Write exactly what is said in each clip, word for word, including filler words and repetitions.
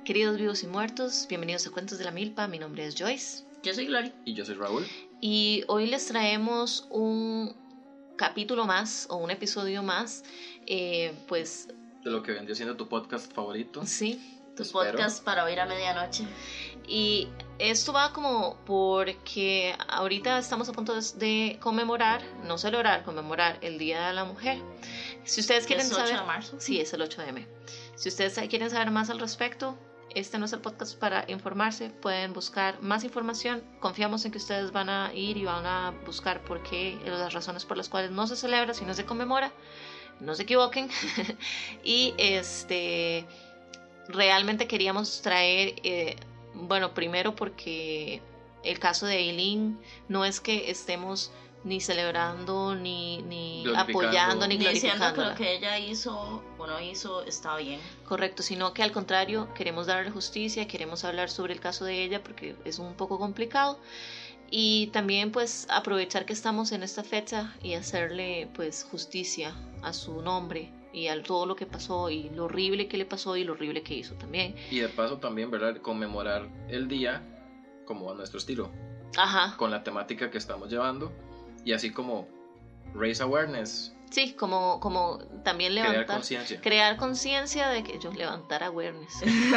Queridos vivos y muertos, bienvenidos a Cuentos de la Milpa. Mi nombre es Joyce. Yo soy Glory. Y yo soy Raúl. Y hoy les traemos un capítulo más o un episodio más, eh, pues... de lo que vendría siendo tu podcast favorito. Sí. Tu Espero. podcast para oír a medianoche. Y esto va como porque ahorita estamos a punto de, de conmemorar, no celebrar, conmemorar el Día de la Mujer. Si ustedes quieren ¿Es saber... ocho de marzo? Sí, es el ocho de mayo. Si ustedes quieren saber más al respecto, este no es el podcast para informarse. Pueden buscar más información. Confiamos en que ustedes van a ir y van a buscar por qué, las razones por las cuales no se celebra, sino se conmemora. No se equivoquen. Y este... realmente queríamos traer, eh, bueno, primero porque el caso de Aileen no es que estemos ni celebrando, ni, ni apoyando, ni Ni diciendo que glorificando. lo que ella hizo o no hizo está bien. Correcto, sino que al contrario, queremos darle justicia, queremos hablar sobre el caso de ella porque es un poco complicado. Y también pues aprovechar que estamos en esta fecha y hacerle pues justicia a su nombre y a todo lo que pasó y lo horrible que le pasó y lo horrible que hizo también. Y de paso también, ¿verdad? Conmemorar el día como a nuestro estilo. Ajá. Con la temática que estamos llevando. Y así como raise awareness. Sí, como, como también Crear levantar... conciencia. Crear conciencia de que... Yo levantar awareness.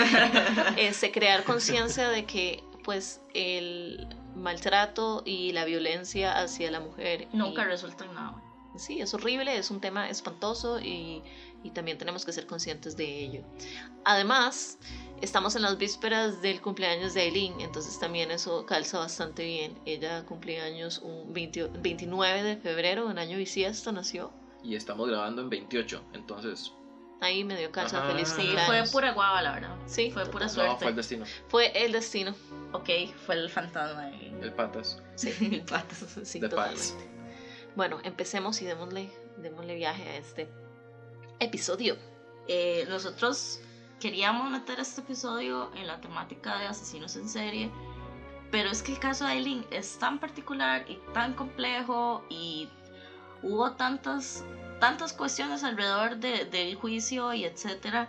este, crear conciencia de que pues el maltrato y la violencia hacia la mujer... Nunca y, resulta en nada. Sí, es horrible, es un tema espantoso y, y también tenemos que ser conscientes de ello. Además, estamos en las vísperas del cumpleaños de Aileen, entonces también eso calza bastante bien. Ella cumple años un veinte, veintinueve de febrero, un año bisiesto nació. Y estamos grabando en veintiocho, entonces... Ahí medio calza, Ajá. feliz Sí, cumpleaños. fue pura guava, la verdad. Sí, fue pura No, suerte. fue el destino. Fue el destino. Ok, fue el fantasma. De... El patas. Sí, el patas. Sí, The totalmente. Pats. Bueno, empecemos y démosle, démosle viaje a este episodio. Eh, nosotros queríamos meter este episodio en la temática de asesinos en serie, pero es que el caso de Aileen es tan particular y tan complejo y hubo tantas, tantas cuestiones alrededor de, del juicio y etcétera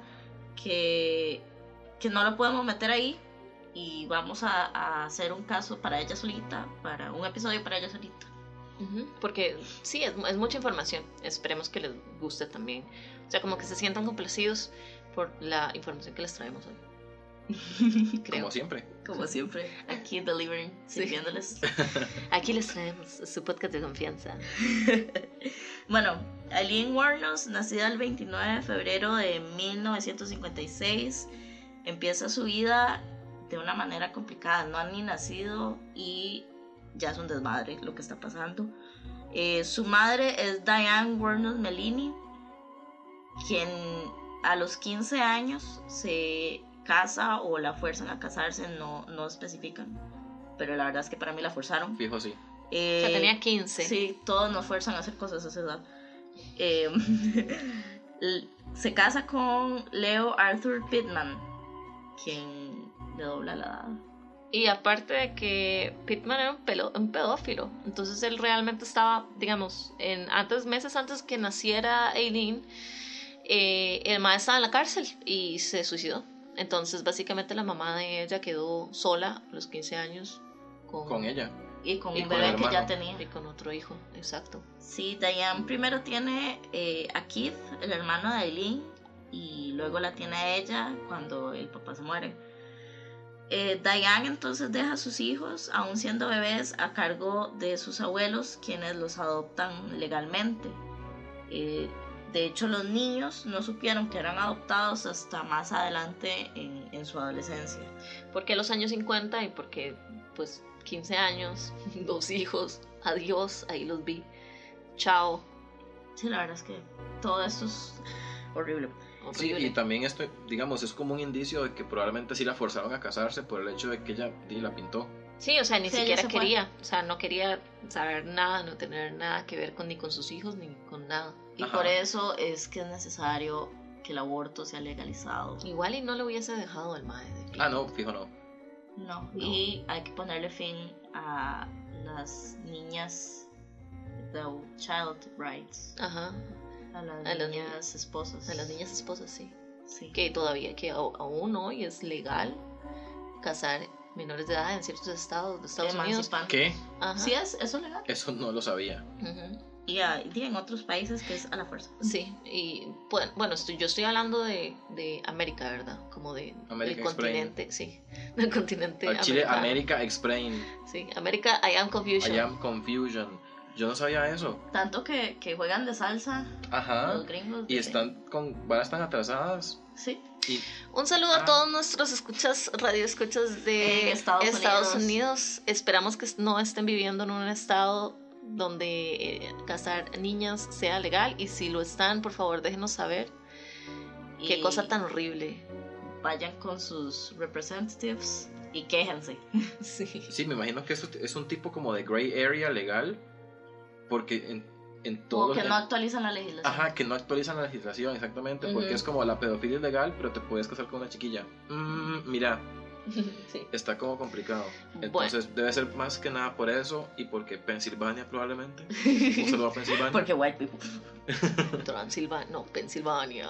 que, que no lo podemos meter ahí y vamos a, a hacer un caso para ella solita, para un episodio para ella solita. Porque sí, es, es mucha información. Esperemos que les guste también. O sea, como que se sientan complacidos por la información que les traemos hoy. Creo. Como siempre. Como siempre, aquí delivering, Sí. sirviéndoles. Aquí les traemos su podcast de confianza. Bueno, Aileen Wuornos, nacida el veintinueve de febrero de mil novecientos cincuenta y seis, empieza su vida de una manera complicada. No ha ni nacido y ya es un desmadre lo que está pasando. Eh, su madre es Diane Wuornos Mellini, quien a los quince años se casa o la fuerzan a casarse, no, no especifican, pero la verdad es que para mí la forzaron. Fijo, sí. Eh, O sea, tenía quince. Sí, todos nos fuerzan a hacer cosas a esa edad. Eh, se casa con Leo Arthur Pittman, quien le dobla la edad. Y aparte de que Pittman era un, pelo, un pedófilo, entonces él realmente estaba, digamos, en antes meses antes que naciera Aileen, eh, el maestro estaba en la cárcel y se suicidó. Entonces básicamente la mamá de ella quedó sola a los quince años con, Con ella. Y con Y un con bebé el que ya hermano. tenía. y con otro hijo, exacto. Sí, Diane primero tiene eh, a Keith, el hermano de Aileen, y luego la tiene a ella cuando el papá se muere. Eh, Diane entonces deja a sus hijos, aún siendo bebés, a cargo de sus abuelos, quienes los adoptan legalmente. Eh, de hecho, los niños no supieron que eran adoptados hasta más adelante en, en su adolescencia. ¿Por qué los años cincuenta? Y porque, pues, quince años, dos hijos, adiós, ahí los vi. Chao. Sí, la verdad es que todo esto es horrible. Sí, Horrible. y también esto, digamos, es como un indicio de que probablemente sí la forzaron a casarse por el hecho de que ella sí, la pintó. Sí, o sea, ni Sí, ella siquiera se fue. quería, o sea, no quería saber nada, no tener nada que ver con ni con sus hijos ni con nada. Y Ajá. por eso es que es necesario que el aborto sea legalizado. Igual y no le hubiese dejado al madre. Ah, no, fijo no. No, No. y hay que ponerle fin a las niñas, the child rights, Ajá, a las A las niñas esposas. a las niñas esposas, sí. Sí. que todavía, que a- aún hoy es legal casar menores de edad en ciertos estados de Estados Unidos. Emancipante. ¿Qué? Ajá. Sí, es, eso es legal. Eso no lo sabía. Ujú. Y, hay- y en otros países que es a la fuerza. Sí, y bueno, bueno, estoy- yo estoy hablando de, de América, ¿verdad? Como de, del American continente, sí, del continente Al Chile, americano. América Explain. Sí, América, I am confusion. I am confusion. Yo no sabía eso. Tanto que, que juegan de salsa Ajá. los gringos. Y están con varas tan atrasadas. Sí. Y Un saludo Ah. a todos nuestros escuchas, radioescuchas de En Estados Estados Unidos. Unidos. Esperamos que no estén viviendo en un estado donde eh, casar niñas sea legal, y si lo están, por favor, déjenos saber. Qué Y cosa tan horrible. Vayan con sus representatives y quéjense. Sí. sí, me imagino que eso es un tipo como de gray area legal. Porque en, en todo. O que en- no actualizan la legislación. Ajá, que no actualizan la legislación, exactamente. Porque Ujú. es como la pedofilia es legal, pero te puedes casar con una chiquilla. Mm, mira, Sí. está como complicado. Entonces debe ser más que nada por eso y porque Pensilvania probablemente. Un saludo a Pensilvania. Porque white people. Transilvania, no, Pensilvania.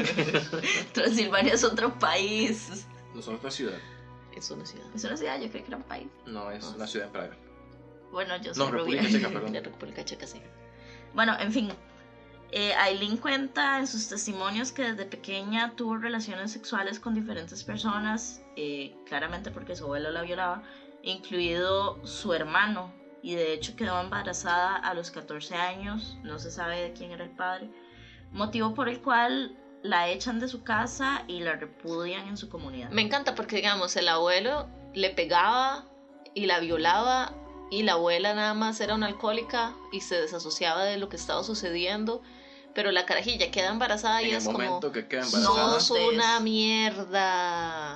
Transilvania es otro país. No son otra ciudad. Es una ciudad. Es una ciudad, yo creo que era un país. No, es Ah, una sí. ciudad en Praga. Bueno, yo No, soy República rubia. Checa, perdón. La República Checa, sí. Bueno, en fin. Eh, Aileen cuenta en sus testimonios que desde pequeña tuvo relaciones sexuales con diferentes personas, eh, claramente porque su abuelo la violaba, incluido su hermano, y de hecho quedó embarazada a los catorce años, no se sabe de quién era el padre, motivo por el cual la echan de su casa y la repudian en su comunidad. Me encanta porque, digamos, el abuelo le pegaba y la violaba, y la abuela nada más era una alcohólica y se desasociaba de lo que estaba sucediendo, pero la carajilla queda embarazada y En el es como, momento que queda embarazada. sos una mierda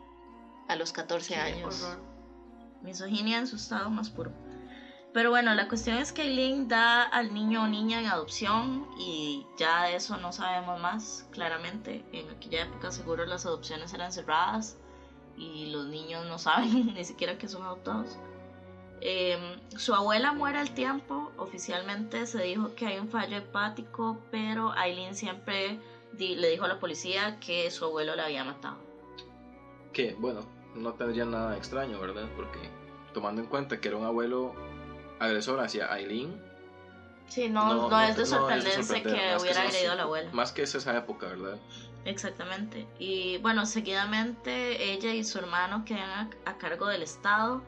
a los catorce Qué años. horror. Misoginia en su estado más puro. Pero bueno, la cuestión es que Aileen da al niño o niña en adopción y ya de eso no sabemos más, claramente. En aquella época seguro las adopciones eran cerradas y los niños no saben ni siquiera que son adoptados. Eh, su abuela muere al tiempo, oficialmente se dijo que hay un fallo hepático, pero Aileen siempre di- le dijo a la policía que su abuelo la había matado. Que, bueno, no tendría nada extraño, ¿verdad? Porque tomando en cuenta que era un abuelo agresor hacia Aileen. Sí, no, no, es de sorprenderse sorprender, que más hubiera eso- agredido a la abuela. Más que es esa época, ¿verdad? Exactamente. Y bueno, seguidamente ella y su hermano quedan a, a cargo del Estado,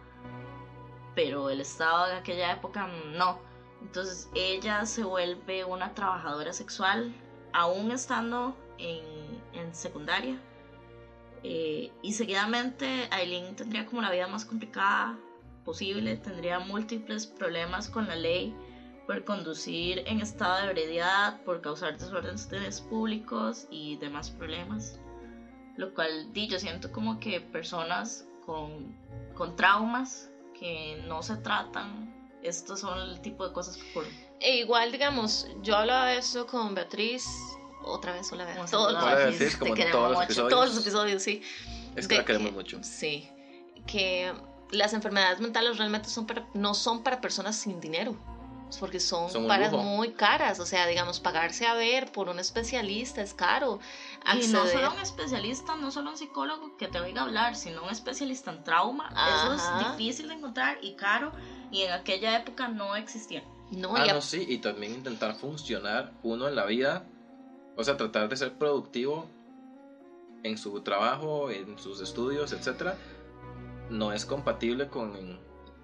pero el Estado en aquella época no. Entonces ella se vuelve una trabajadora sexual, aún estando en, en secundaria. Eh, y seguidamente Aileen tendría como la vida más complicada posible, tendría múltiples problemas con la ley por conducir en estado de ebriedad, por causar desórdenes públicos y demás problemas. Lo cual, di, yo siento como que personas con, con traumas que no se tratan, estos son el tipo de cosas que ocurren. E igual, digamos, yo hablaba de eso con Beatriz, otra vez, hola Beatriz, Como todos, saludos, Hola, Beatriz, Beatriz, te como en queremos todos los mucho. episodios. todos los episodios, sí. Es que De la queremos mucho. Sí, que las enfermedades mentales realmente son para, no son para personas sin dinero, es porque son, Son un para lujo. muy caras, o sea, digamos, pagarse a ver por un especialista es caro. Y no Acceder- solo un especialista, no solo un psicólogo que te oiga hablar, sino un especialista en trauma. Ajá. Eso es difícil de encontrar y caro, y en aquella época no existía. no, Ah, y a- no, sí, y también intentar funcionar uno en la vida, o sea, tratar de ser productivo en su trabajo, en sus estudios, etcétera, no es compatible con,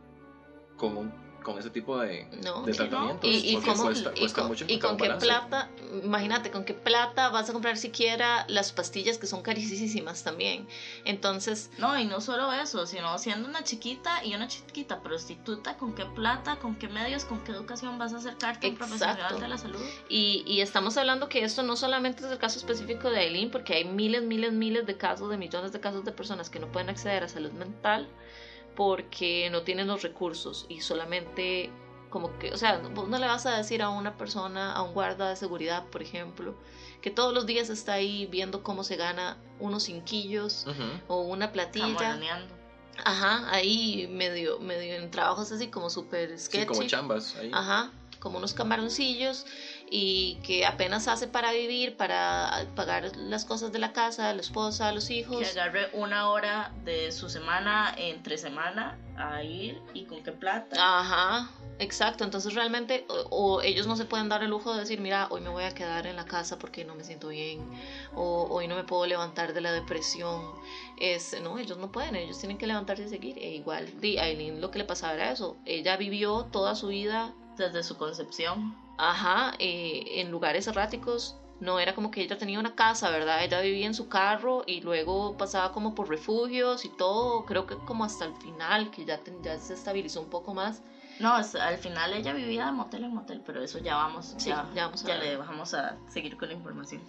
con, un- con ese tipo de, No, de sí, tratamientos, y, y porque cómo- cuesta, y cuesta con, mucho y encontrar con un qué balance. plata, imagínate, con qué plata vas a comprar siquiera las pastillas que son carísimas también. Entonces, No, y no solo eso, sino siendo una chiquita y una chiquita prostituta, ¿con qué plata, con qué medios, con qué educación vas a acercarte a un Exacto. profesional de la salud? y, y estamos hablando que esto no solamente es el caso específico de Aileen, porque hay miles, miles, miles de casos, de millones de casos de personas que no pueden acceder a salud mental porque no tienen los recursos y solamente como que, o sea, vos no le vas a decir a una persona, a un guarda de seguridad, por ejemplo, que todos los días está ahí viendo cómo se gana unos cinquillos Ujú. o una platilla. Camaraneando. Ajá, ahí medio, medio en trabajos así como súper Sí, sketchy. como chambas ahí. Ajá, como unos camaroncillos. y que apenas hace para vivir, para pagar las cosas de la casa, la esposa, los hijos. Que agarre una hora de su semana entre semana a ir y con qué plata. Ajá, exacto. Entonces realmente o, o ellos no se pueden dar el lujo de decir, mira, hoy me voy a quedar en la casa porque no me siento bien, o hoy no me puedo levantar de la depresión. Es, no, ellos no pueden, ellos tienen que levantarse y seguir. E igual, di, a Aileen lo que le pasaba era eso. Ella vivió toda su vida desde su concepción. Ajá, eh, en lugares erráticos. No era como que ella tenía una casa, ¿verdad? Ella vivía en su carro y luego pasaba como por refugios y todo. Creo que como hasta el final, que ya, te, ya se estabilizó un poco más. No, al final ella vivía de motel en motel, pero eso ya vamos, sí, ya, ya, vamos a ya le vamos a seguir con la información.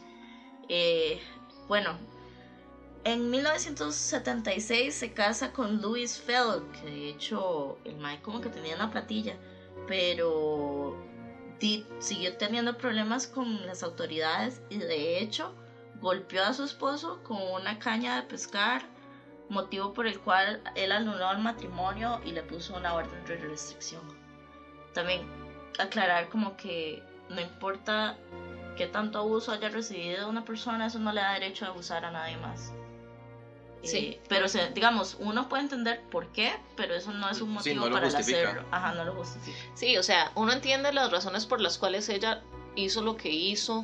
Eh, bueno, en mil novecientos setenta y seis se casa con Louis Fell, que de hecho el Mike como que tenía una platilla, pero Dee siguió teniendo problemas con las autoridades y de hecho golpeó a su esposo con una caña de pescar, motivo por el cual él anuló el matrimonio y le puso una orden de restricción. También aclarar como que no importa qué tanto abuso haya recibido una persona, eso no le da derecho a abusar a nadie más. Sí. Eh, pero o sea, digamos, uno puede entender por qué, pero eso no es un motivo sí, no para hacerlo. Ajá, no lo justifica. Sí, o sea, uno entiende las razones por las cuales ella hizo lo que hizo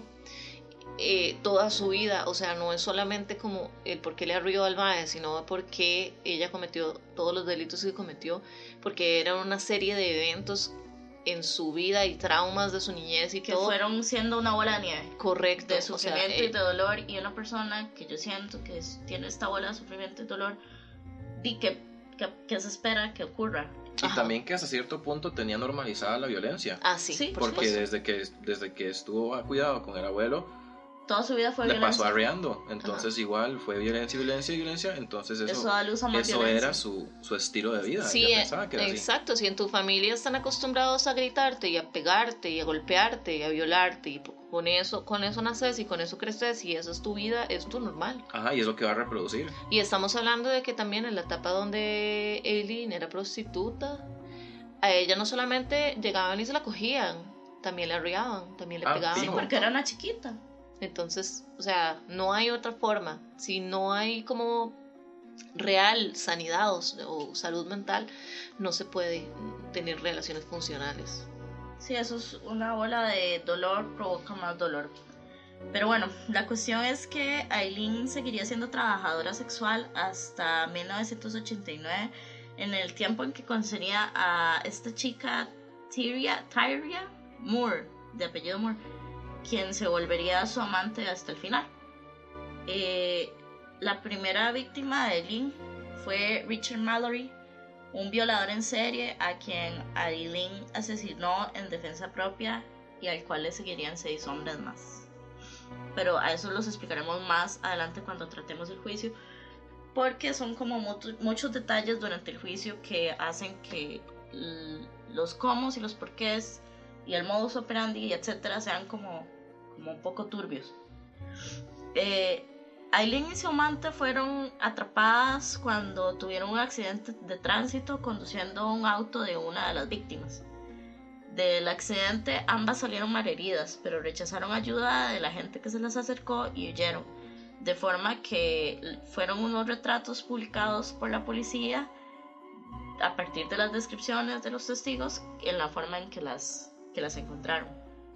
eh, toda su vida. O sea, no es solamente como el por qué le arruinó al mae, sino por qué ella cometió todos los delitos que cometió, porque era una serie de eventos en su vida y traumas de su niñez y que todo. fueron siendo una bola de nieve. Correcto. De sufrimiento o sea, y de dolor, y una persona que yo siento que es, tiene esta bola de sufrimiento y dolor y que, que, que se espera que ocurra. Y Ajá. también que hasta cierto punto tenía normalizada la violencia. Ah, sí, sí por porque desde que, desde que estuvo a cuidado con el abuelo, toda su vida fue le violencia. pasó arreando, entonces Ajá. igual fue vielencia, violencia, violencia, entonces eso, eso, da luz a más eso violencia. era su, su estilo de vida. Sí, Ella pensaba que era exacto, así. Si en tu familia están acostumbrados a gritarte y a pegarte y a golpearte y a violarte y con eso, con eso naces y con eso creces y eso es tu vida, es tu normal. Ajá, y es lo que va a reproducir. Y estamos hablando de que también en la etapa donde Aileen era prostituta, a ella no solamente llegaban y se la cogían, también le arriaban, también le ah, pegaban. Sí, porque era una chiquita. Entonces, o sea, no hay otra forma. Si no hay como real sanidad o, o salud mental, no se puede tener relaciones funcionales. Sí, eso es una bola de dolor, provoca más dolor. Pero bueno, la cuestión es que Aileen seguiría siendo trabajadora sexual hasta mil novecientos ochenta y nueve, en el tiempo en que conocía a esta chica Tyria, Tyria Moore, de apellido Moore, quien se volvería su amante hasta el final. Eh, la primera víctima de Aileen fue Richard Mallory, un violador en serie a quien Aileen asesinó en defensa propia y al cual le seguirían seis hombres más. Pero a eso los explicaremos más adelante cuando tratemos el juicio, porque son como muchos, muchos detalles durante el juicio que hacen que l- los cómo y los porqués y el modus operandi, etcétera, sean como, como un poco turbios. Eh, Aileen y su amante fueron atrapadas cuando tuvieron un accidente de tránsito conduciendo un auto de una de las víctimas. Del accidente ambas salieron malheridas, pero rechazaron ayuda de la gente que se las acercó y huyeron, de forma que fueron unos retratos publicados por la policía a partir de las descripciones de los testigos en la forma en que las, que las encontraron.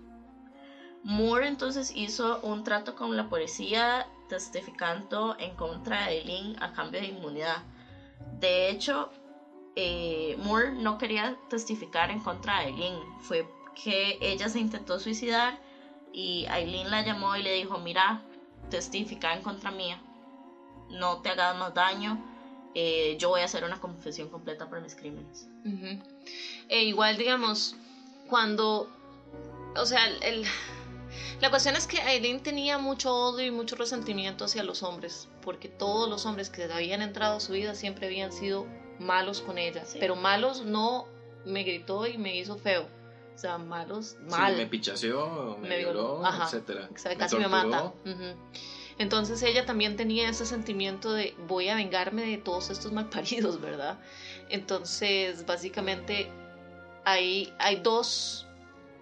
Moore entonces hizo un trato con la policía testificando en contra de Aileen a cambio de inmunidad. De hecho, eh, Moore no quería testificar en contra de Aileen, fue que ella se intentó suicidar y Aileen la llamó y le dijo: mira, testifica en contra mía, no te hagas más daño, eh, yo voy a hacer una confesión completa por mis crímenes. Uh-huh. E igual, digamos, cuando, o sea, el, el, la cuestión es que Aileen tenía mucho odio y mucho resentimiento hacia los hombres, porque todos los hombres que habían entrado a su vida siempre habían sido malos con ella, sí. Pero malos no me gritó y me hizo feo, o sea, malos, mal. Sí, me pichaseó, me, me violó, ajá, etcétera. Exacto, casi me mata. Uh-huh. Entonces ella también tenía ese sentimiento de voy a vengarme de todos estos malparidos, ¿verdad? Entonces básicamente hay, hay dos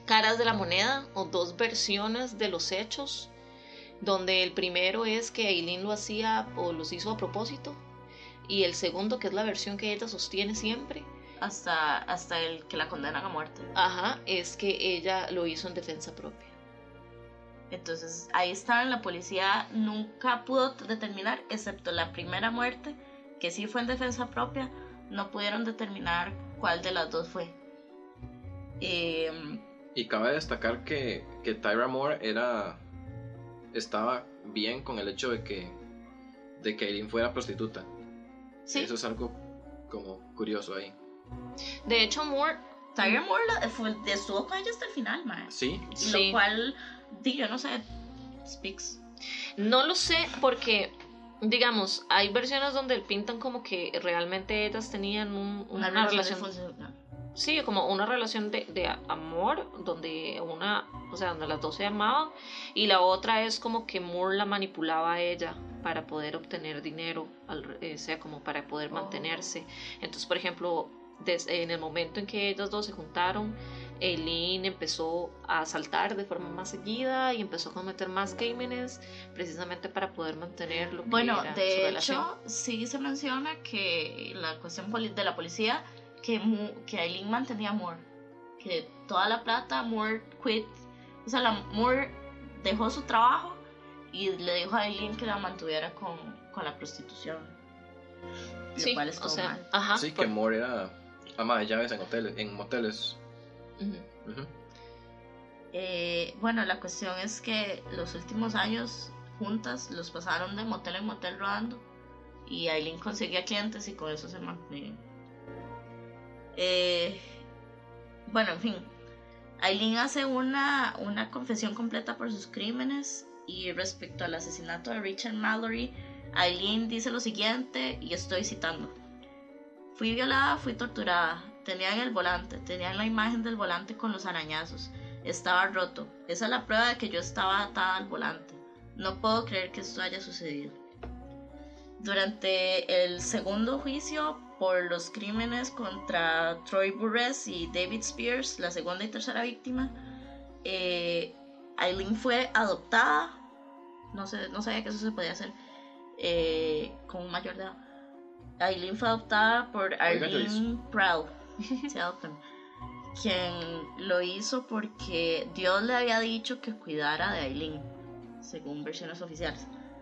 caras de la moneda o dos versiones de los hechos, donde el primero es que Aileen lo hacía o los hizo a propósito, y el segundo, que es la versión que ella sostiene siempre, hasta, hasta el que la condenan a muerte. Ajá, es que ella lo hizo en defensa propia. Entonces ahí está, la policía nunca pudo determinar, excepto la primera muerte, que sí fue en defensa propia, no pudieron determinar cuál de las dos fue. Eh, y cabe destacar que, que Tyra Moore era estaba bien con el hecho de que de que Aileen fuera prostituta. ¿Sí? Eso es algo como curioso ahí. De hecho, Moore Tyra Moore la, fue, estuvo con ella hasta el final, man. Sí. Lo cual, yo no sé, speaks. No lo sé porque, digamos, hay versiones donde pintan como que realmente ellas tenían un, una, una relación... relación sí, como una relación de, de amor, donde una, o sea, donde las dos se amaban, y la otra es como que Moore la manipulaba a ella para poder obtener dinero, al, o sea, como para poder mantenerse. Entonces, por ejemplo, desde, en el momento en que ellas dos se juntaron, Aileen empezó a saltar de forma más seguida y empezó a cometer más crímenes precisamente para poder mantener lo que bueno, era de su hecho, relación. Sí se menciona que la cuestión de la policía, que, que Aileen mantenía a Moore, que toda la plata Moore quit, o sea, la Moore dejó su trabajo y le dijo a Aileen que la mantuviera con, con la prostitución, sí, lo cual es o sea, mal. Ajá, sí, por... que Moore era ama de llaves en hoteles, en moteles. Uh-huh. Uh-huh. Eh, bueno, la cuestión es que los últimos años juntas los pasaron de motel en motel rodando, y Aileen conseguía clientes y con eso se mantenía. Eh, bueno, en fin, Aileen hace una, una confesión completa por sus crímenes, y respecto al asesinato de Richard Mallory, Aileen dice lo siguiente, y estoy citando: fui violada, fui torturada, tenían el volante, tenían la imagen del volante con los arañazos, estaba roto, esa es la prueba de que yo estaba atada al volante, no puedo creer que esto haya sucedido. Durante el segundo juicio por los crímenes contra Troy Burress y David Spears, la segunda y tercera víctima, eh, Aileen fue adoptada, no, sé, no sabía que eso se podía hacer eh, con un mayor de edad. Aileen fue adoptada por Arlene Proud, quien lo hizo porque Dios le había dicho que cuidara de Aileen, según versiones oficiales.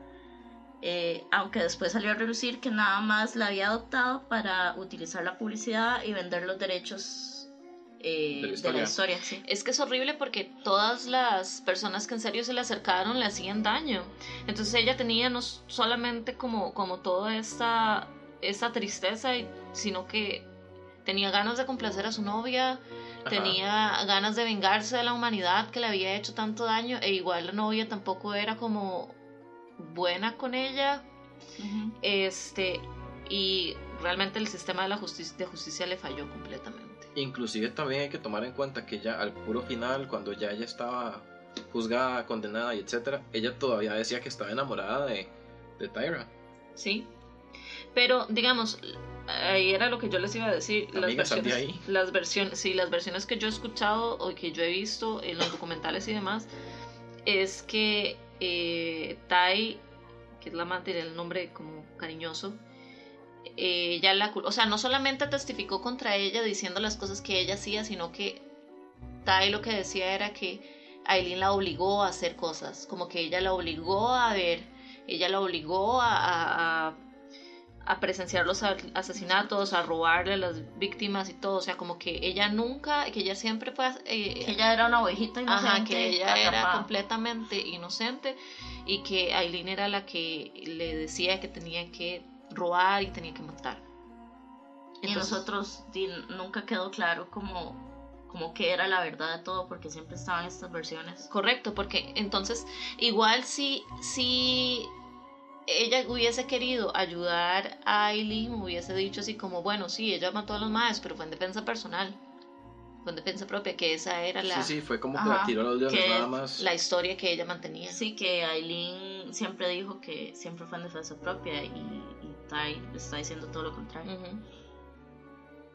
Eh, aunque después salió a relucir que nada más la había adoptado para utilizar la publicidad y vender los derechos eh, de la historia. De la historia sí. Es que es horrible porque todas las personas que en serio se le acercaron le hacían daño. Entonces ella tenía no solamente como, como toda esta, esta tristeza, sino que tenía ganas de complacer a su novia. Ajá. Tenía ganas de vengarse de la humanidad que le había hecho tanto daño, e igual la novia tampoco era como buena con ella. Uh-huh. Este, y realmente el sistema de la justicia, de justicia le falló completamente. Inclusive también hay que tomar en cuenta que ya al puro final, cuando ya ella estaba juzgada, condenada y etcétera, ella todavía decía que estaba enamorada de, de Tyra. Sí, pero digamos, ahí era lo que yo les iba a decir. Las versiones, ahí. las versiones, sí, las versiones que yo he escuchado o que yo he visto en los documentales y demás, es que eh, Tai, que es la amante, el nombre como cariñoso, eh, ya la, o sea, no solamente testificó contra ella diciendo las cosas que ella hacía, sino que Tai lo que decía era que Aileen la obligó a hacer cosas, como que ella la obligó a ver, ella la obligó a, a, a presenciar los asesinatos, a robarle a las víctimas y todo, o sea, como que ella nunca, que ella siempre fue... Eh, que ella era una ovejita inocente. Ajá, que ella atrapada. Era completamente inocente, y que Aileen era la que le decía que tenía que robar y tenía que matar. Entonces, y nosotros di, nunca quedó claro como, como que era la verdad de todo, porque siempre estaban estas versiones. Correcto, porque entonces igual si... si ella hubiese querido ayudar a Aileen, hubiese dicho así como, bueno, sí, ella mató a los maes, pero fue en defensa personal, fue en defensa propia, que esa era la... Sí, sí, fue como que la tiró a los leones nada más. La historia que ella mantenía. Sí, que Aileen siempre dijo que siempre fue en defensa propia, y, y Tai está diciendo todo lo contrario. Uh-huh.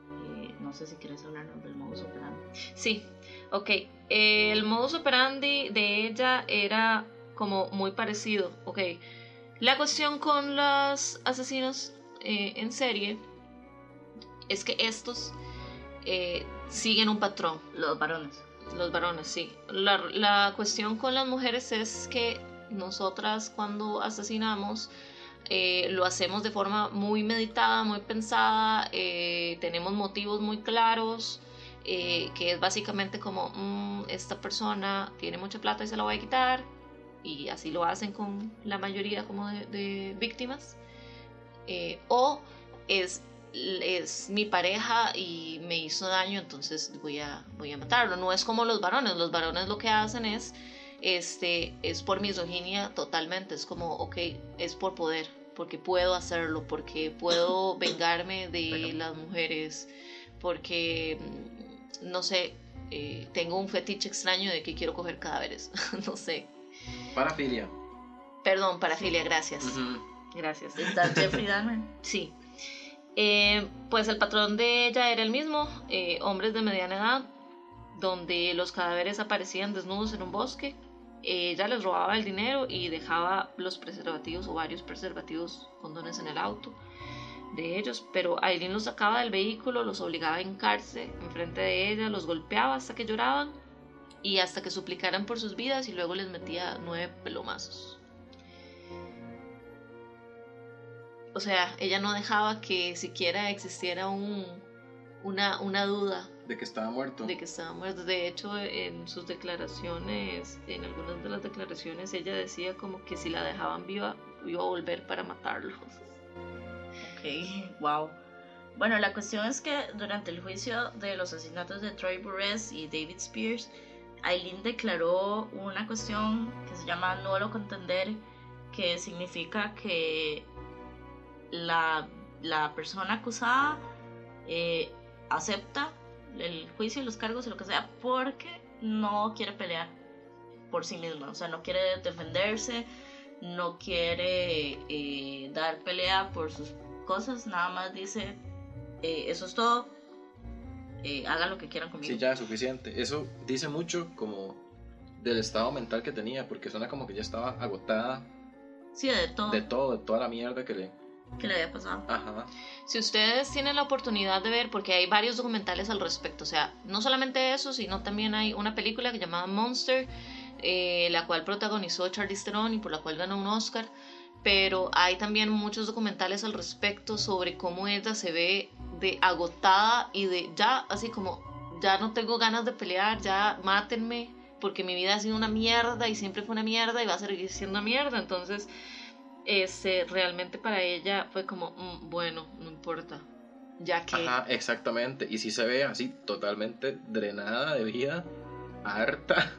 Eh, no sé si quieres hablarnos del modus operandi. Sí, ok. Eh, el modus operandi de ella era como muy parecido. Ok, la cuestión con los asesinos eh, en serie es que estos eh, siguen un patrón. Los varones. Los varones, sí. La, la cuestión con las mujeres es que nosotras cuando asesinamos eh, lo hacemos de forma muy meditada, muy pensada, eh, tenemos motivos muy claros, eh, que es básicamente como mmm, esta persona tiene mucha plata y se la voy a quitar, y así lo hacen con la mayoría como de, de víctimas, eh, o es es mi pareja y me hizo daño, entonces voy a, voy a matarlo. No es como los varones. Los varones lo que hacen es, este, es por misoginia totalmente. Es como, ok, es por poder, porque puedo hacerlo, porque puedo vengarme de las mujeres, porque, no sé, eh, tengo un fetiche extraño de que quiero coger cadáveres. No sé. Parafilia. Perdón, parafilia, gracias. Uh-huh. Gracias. ¿Está Jeffrey Dahmer? Sí. Eh, pues el patrón de ella era el mismo, eh, hombres de mediana edad, donde los cadáveres aparecían desnudos en un bosque. Ella les robaba el dinero y dejaba los preservativos o varios preservativos, condones en el auto de ellos, pero Aileen los sacaba del vehículo, los obligaba a hincarse enfrente de ella, los golpeaba hasta que lloraban y hasta que suplicaran por sus vidas, y luego les metía nueve pelomazos. O sea, ella no dejaba que siquiera existiera un, una, una duda de que estaba muerto. De que estaba muerto. De hecho, en sus declaraciones, en algunas de las declaraciones, ella decía como que si la dejaban viva, iba a volver para matarlos. Ok, wow. Bueno, la cuestión es que durante el juicio de los asesinatos de Troy Burress y David Spears, Aileen declaró una cuestión que se llama nulo contender, que significa que La, la persona acusada eh, acepta el juicio y los cargos y lo que sea porque no quiere pelear por sí misma, o sea, no quiere defenderse, no quiere eh, dar pelea por sus cosas, nada más dice eh, eso es todo, eh, hagan lo que quieran conmigo. Sí, ya es suficiente. Eso dice mucho como del estado mental que tenía, porque suena como que ya estaba agotada. Sí, de todo. De todo, de toda la mierda que le... que le había pasado. Ajá. Si ustedes tienen la oportunidad de ver, porque hay varios documentales al respecto, o sea, no solamente eso, sino también hay una película que se llama Monster, eh, la cual protagonizó Charlize Theron y por la cual ganó un Oscar, pero hay también muchos documentales al respecto sobre cómo ella se ve de agotada y de ya, así como, ya no tengo ganas de pelear, ya mátenme, porque mi vida ha sido una mierda y siempre fue una mierda y va a seguir siendo una mierda, entonces... Este, realmente para ella fue como, mmm, bueno, no importa, ya que... Ajá, exactamente, y sí se ve así totalmente drenada de vida, harta.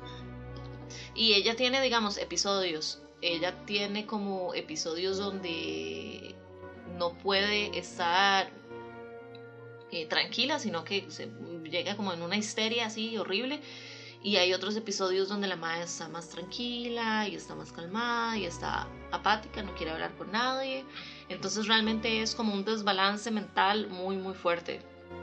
Y ella tiene, digamos, episodios, ella tiene como episodios donde no puede estar eh, tranquila, sino que se llega como en una histeria así horrible. Y hay otros episodios donde la madre está más tranquila y está más calmada y está apática, no quiere hablar con nadie. Entonces realmente es como un desbalance mental muy muy fuerte.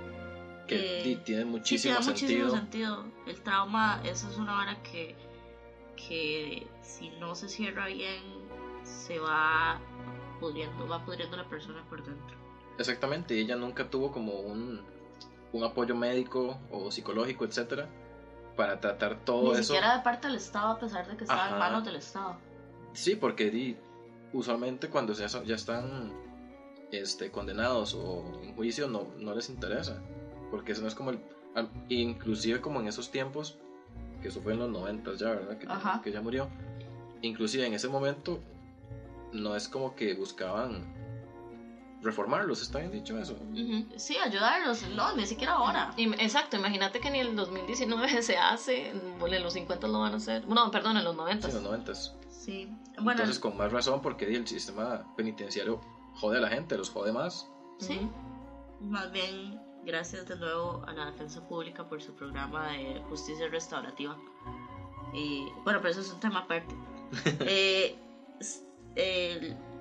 Que eh, tiene muchísimo, sí, tiene sentido. muchísimo sentido. El trauma, eso es una hora que, que si no se cierra bien, se va pudriendo, va pudriendo la persona por dentro. Exactamente, ella nunca tuvo como un, un apoyo médico o psicológico, etcétera, para tratar todo Ni eso. siquiera de parte del Estado, a pesar de que estaba Ajá. en manos del Estado. Sí, porque di, usualmente cuando ya, son, ya están este, condenados o en juicio no, no les interesa, porque eso no es como el... Inclusive como en esos tiempos, que eso fue en los noventas ya, ¿verdad? Que, Ajá. que ya murió. Inclusive en ese momento no es como que buscaban reformarlos, ¿está bien dicho eso? Uh-huh. Sí, ayudarlos, no, ni siquiera ahora. Y, exacto, imagínate que ni en el dos mil diecinueve se hace, en los cincuenta lo van a hacer, no, perdón, en los noventa. Sí, en los noventas. Sí, bueno. Entonces con más razón porque el sistema penitenciario jode a la gente, los jode más. Sí, uh-huh. Más bien gracias de nuevo a la Defensa Pública por su programa de justicia restaurativa. Y bueno, pero eso es un tema aparte. eh, el,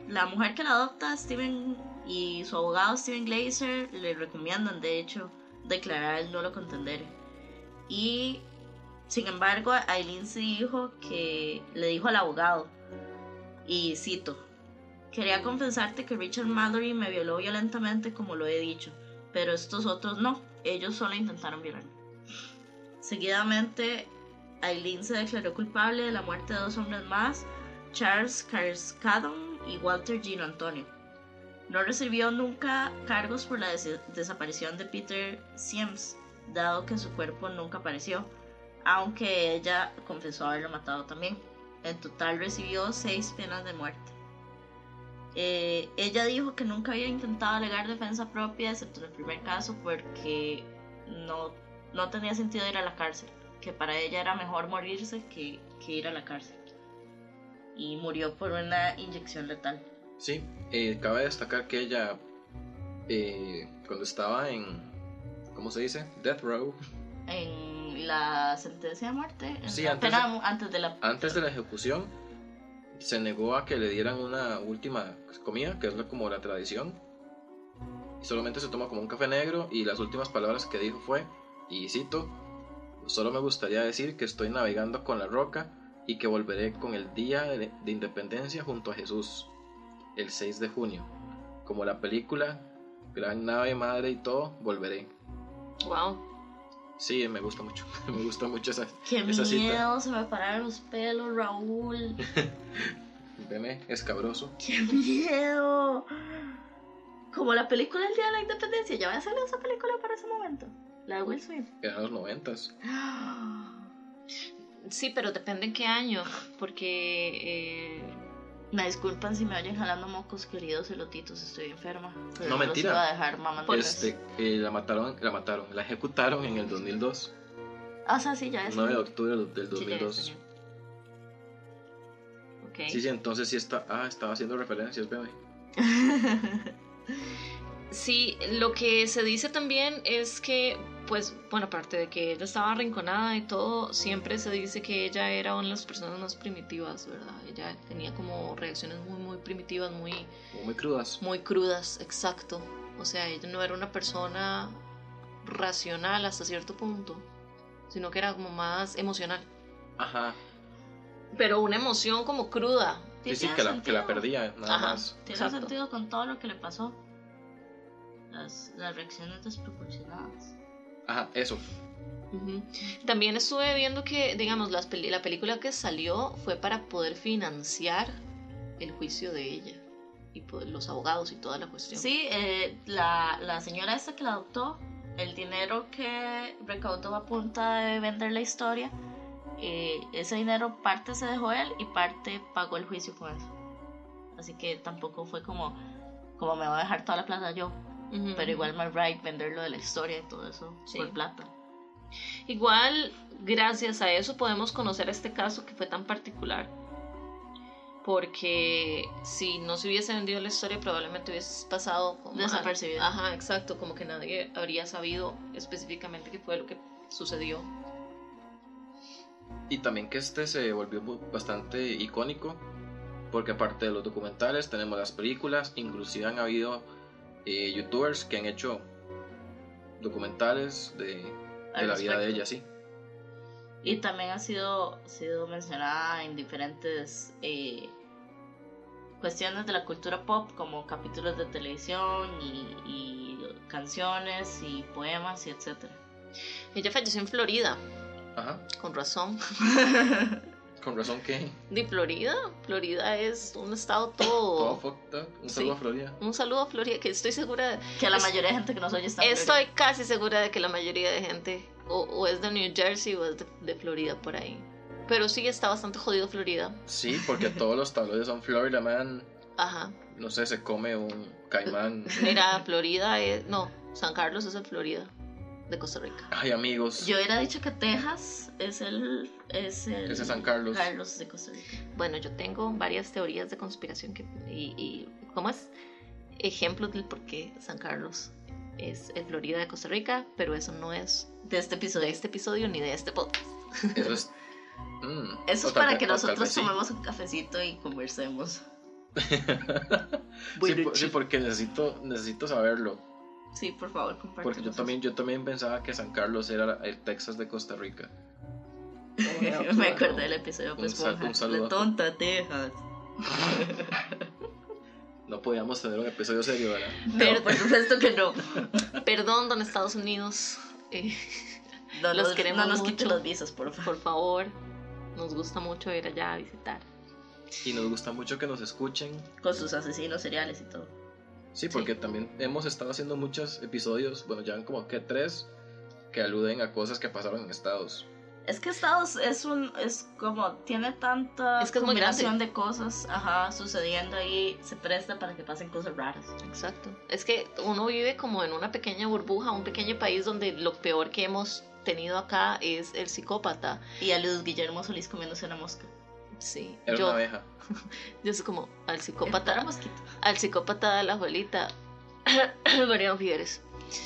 la mujer que la adopta, Steven, y su abogado Steven Glazer, le recomiendan, de hecho, declarar el nulo contendere. Y, sin embargo, Aileen sí dijo que le dijo al abogado, y cito: quería confesarte que Richard Mallory me violó violentamente como lo he dicho, pero estos otros no, ellos solo intentaron violarme. Seguidamente, Aileen se declaró culpable de la muerte de dos hombres más, Charles Carskadon y Walter Gino Antonio. No recibió nunca cargos por la des- desaparición de Peter Siems, dado que su cuerpo nunca apareció, aunque ella confesó haberlo matado también. En total recibió seis penas de muerte. Eh, ella dijo que nunca había intentado alegar defensa propia, excepto en el primer caso, porque no, no tenía sentido ir a la cárcel, que para ella era mejor morirse que, que ir a la cárcel. Y murió por una inyección letal. Sí, eh, cabe destacar que ella, eh, cuando estaba en, ¿cómo se dice? Death Row. En la sentencia de muerte, en Sí, la antes pena, de- antes de la... Antes de la ejecución, se negó a que le dieran una última comida, que es la- como la tradición. Y solamente se toma como un café negro, y las últimas palabras que dijo fue, y cito: solo me gustaría decir que estoy navegando con la roca y que volveré con el día de, de independencia junto a Jesús, el seis de junio. Como la película, gran nave madre y todo, volveré. Wow. Sí, me gusta mucho, me gusta mucho esa, ¡Qué esa cita. miedo! Se me pararon los pelos, Raúl. Veme, escabroso. ¡Qué miedo! Como la película El Día de la Independencia. Ya voy a salir esa película para ese momento. La de Will Smith. Eran los noventas. Sí, pero depende en qué año, porque... Eh... Me disculpan si me oyen jalando mocos, queridos elotitos, estoy enferma. Pero No, los mentira. iba a dejar mamando. Este, eh, la mataron, la mataron, la ejecutaron en el dos mil dos, Ah, o sea, sí, ya es. nueve de octubre del sí, dos mil dos. ya, ya. Ok. Sí, sí, entonces sí está, ah, estaba haciendo referencias, bebé. Sí, lo que se dice también es que, pues, bueno, aparte de que ella estaba arrinconada y todo, siempre se dice que ella era una de las personas más primitivas, ¿verdad? Ella tenía como reacciones muy, muy primitivas, muy, Como muy crudas. muy crudas, exacto. O sea, ella no era una persona racional hasta cierto punto, sino que era como más emocional. Ajá. Pero una emoción como cruda. Sí, sí, tiene que la, que sentido. la perdía, nada Ajá. más. Tiene Exacto. sentido con todo lo que le pasó. Las, las reacciones desproporcionadas. Ajá, eso. Ujú. También estuve viendo que, digamos, las peli- la película que salió fue para poder financiar el juicio de ella y poder- los abogados y toda la cuestión. Sí, eh, la, la señora esta que la adoptó, el dinero que recaudó a punta de vender la historia, eh, ese dinero parte se dejó él y parte pagó el juicio con eso. Así que tampoco fue como, como me va a dejar toda la plata yo. Ujú. Pero igual my right, venderlo de la historia y todo eso Sí. por plata. Igual, gracias a eso podemos conocer este caso que fue tan particular. Porque si no se hubiese vendido la historia, probablemente hubiese pasado como Desapercibido. Ajá, exacto, como que nadie habría sabido específicamente qué fue lo que sucedió. Y también que este se volvió bu- bastante icónico, porque aparte de los documentales tenemos las películas, inclusive han habido eh, youtubers que han hecho documentales de, de Al la vida de respecto. ella, sí. Y también ha sido, sido mencionada en diferentes eh, cuestiones de la cultura pop, como capítulos de televisión y, y canciones y poemas y etcétera. Ella falleció en Florida, Ajá, con razón. con razón que ¿De Florida? Florida es un estado todo todo... fucked up. Un Sí. saludo a Florida. Un saludo a Florida, que estoy segura de... Que la Es- mayoría de gente que nos oye está en Estoy casi segura de que la mayoría de gente o, o es de New Jersey o es de, de Florida por ahí. Pero sí está bastante jodido Florida. Sí, porque todos los tabloides son Florida Man. Ajá. No sé, se come un caimán. Mira, Florida es... No, San Carlos es en Florida, de Costa Rica. Ay, amigos. Yo hubiera dicho que Texas es el... Es el Ese es San Carlos. Carlos de Costa Rica. Bueno, yo tengo varias teorías de conspiración que, y, y ¿cómo es? Ejemplos del por qué San Carlos es el Florida de Costa Rica, pero eso no es De este episodio. de este episodio ni de este podcast. Eso es. mm, Eso o es tal para vez- que o tal nosotros vez sí. tomemos un cafecito y conversemos. sí, por, sí, porque necesito, necesito saberlo. Sí, por favor, compártelo. Porque yo también, yo también pensaba que San Carlos era el Texas de Costa Rica. Oh, me acordé del episodio un, pues, sal, un saludo. de Tonta, Texas. No podíamos tener un episodio serio, ¿verdad? Pero por supuesto que no. Perdón, don Estados Unidos. Eh, no, los nos, queremos no nos mucho. quiten los visas, por favor. Por favor, nos gusta mucho ir allá a visitar. Y nos gusta mucho que nos escuchen. Con sus asesinos seriales y todo. Sí, porque sí. También hemos estado haciendo muchos episodios, bueno, ya van como que tres, que aluden a cosas que pasaron en Estados. Es que Estados es un, es como, tiene tanta es que es combinación de cosas, ajá, sucediendo ahí, se presta para que pasen cosas raras. Exacto. Es que uno vive como en una pequeña burbuja, un pequeño país donde lo peor que hemos tenido acá es el psicópata. Y a Luis Guillermo Solís comiéndose una mosca. Sí. Era yo, una abeja. Yo soy como al psicópata. Era mosquito. Al psicópata de la abuelita. Mariano Figueres.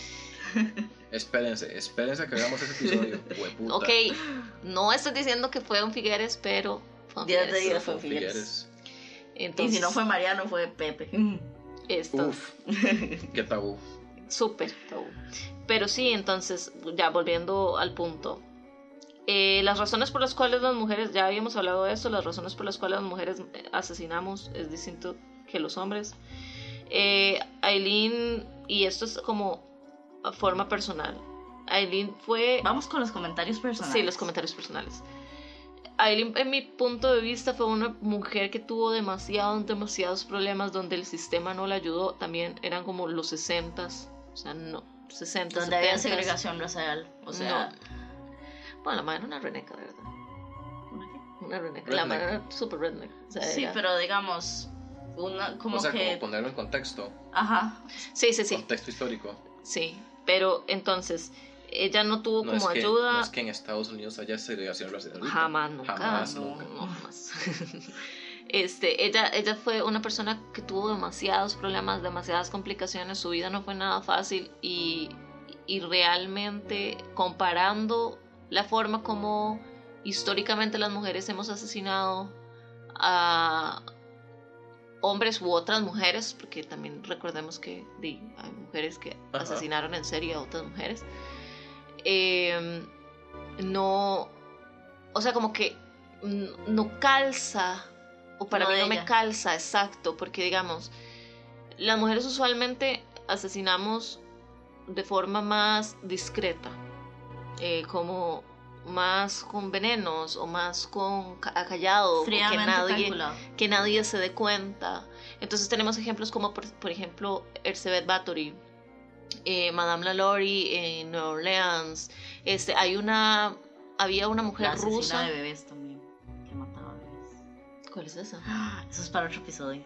Espérense, espérense a que hagamos ese episodio. Hueputa. Ok, no estoy diciendo que fue un Figueres, pero fue un Diez Figueres. de diez fue un Figueres. Entonces, y si no fue Mariano, fue Pepe. Esto. Uf, qué tabú. Súper tabú. Pero sí, entonces, ya volviendo al punto. Eh, las razones por las cuales las mujeres, ya habíamos hablado de esto, las razones por las cuales las mujeres asesinamos es distinto que los hombres. Eh, Aileen, y esto es como a forma personal, Aileen fue... Vamos con los comentarios personales. Sí, los comentarios personales. Aileen, en mi punto de vista, fue una mujer que tuvo demasiados, demasiados problemas donde el sistema no la ayudó. También eran como los sesentas, o sea, no, sesentas, donde había setentas. segregación racial, o sea... No. Bueno, la madre era una reneca, de verdad. ¿Una qué? Una redneck. Redneck. La madre era super redneck. O sea, Sí, era... pero digamos, una como o sea, que... como ponerlo en contexto. Ajá. Sí, sí, sí. Contexto histórico. Sí, pero entonces, ella no tuvo No como es que, ayuda. no es que en Estados Unidos haya segregación racial. ahorita. Jamás, nunca. Jamás, no, nunca. no, jamás. Este, ella, ella fue una persona que tuvo demasiados problemas, demasiadas complicaciones. Su vida no fue nada fácil y, y realmente comparando la forma como históricamente las mujeres hemos asesinado a hombres u otras mujeres, porque también recordemos que di, hay mujeres que Ajá. asesinaron en serie a otras mujeres, eh, no, o sea, como que no calza, o para No mí de no me ella. calza, exacto, porque digamos, las mujeres usualmente asesinamos de forma más discreta, eh, como más con venenos o más con ca- callado, que Fríamente nadie, calculado. que nadie se dé cuenta. Entonces tenemos ejemplos como por, por ejemplo Elizabeth Bathory, eh, Madame LaLaurie en Nueva Orleans. Este, hay una, había una mujer La asesina rusa. de bebés también, que mataba bebés. ¿Cuál es esa? Ah, eso es para otro episodio.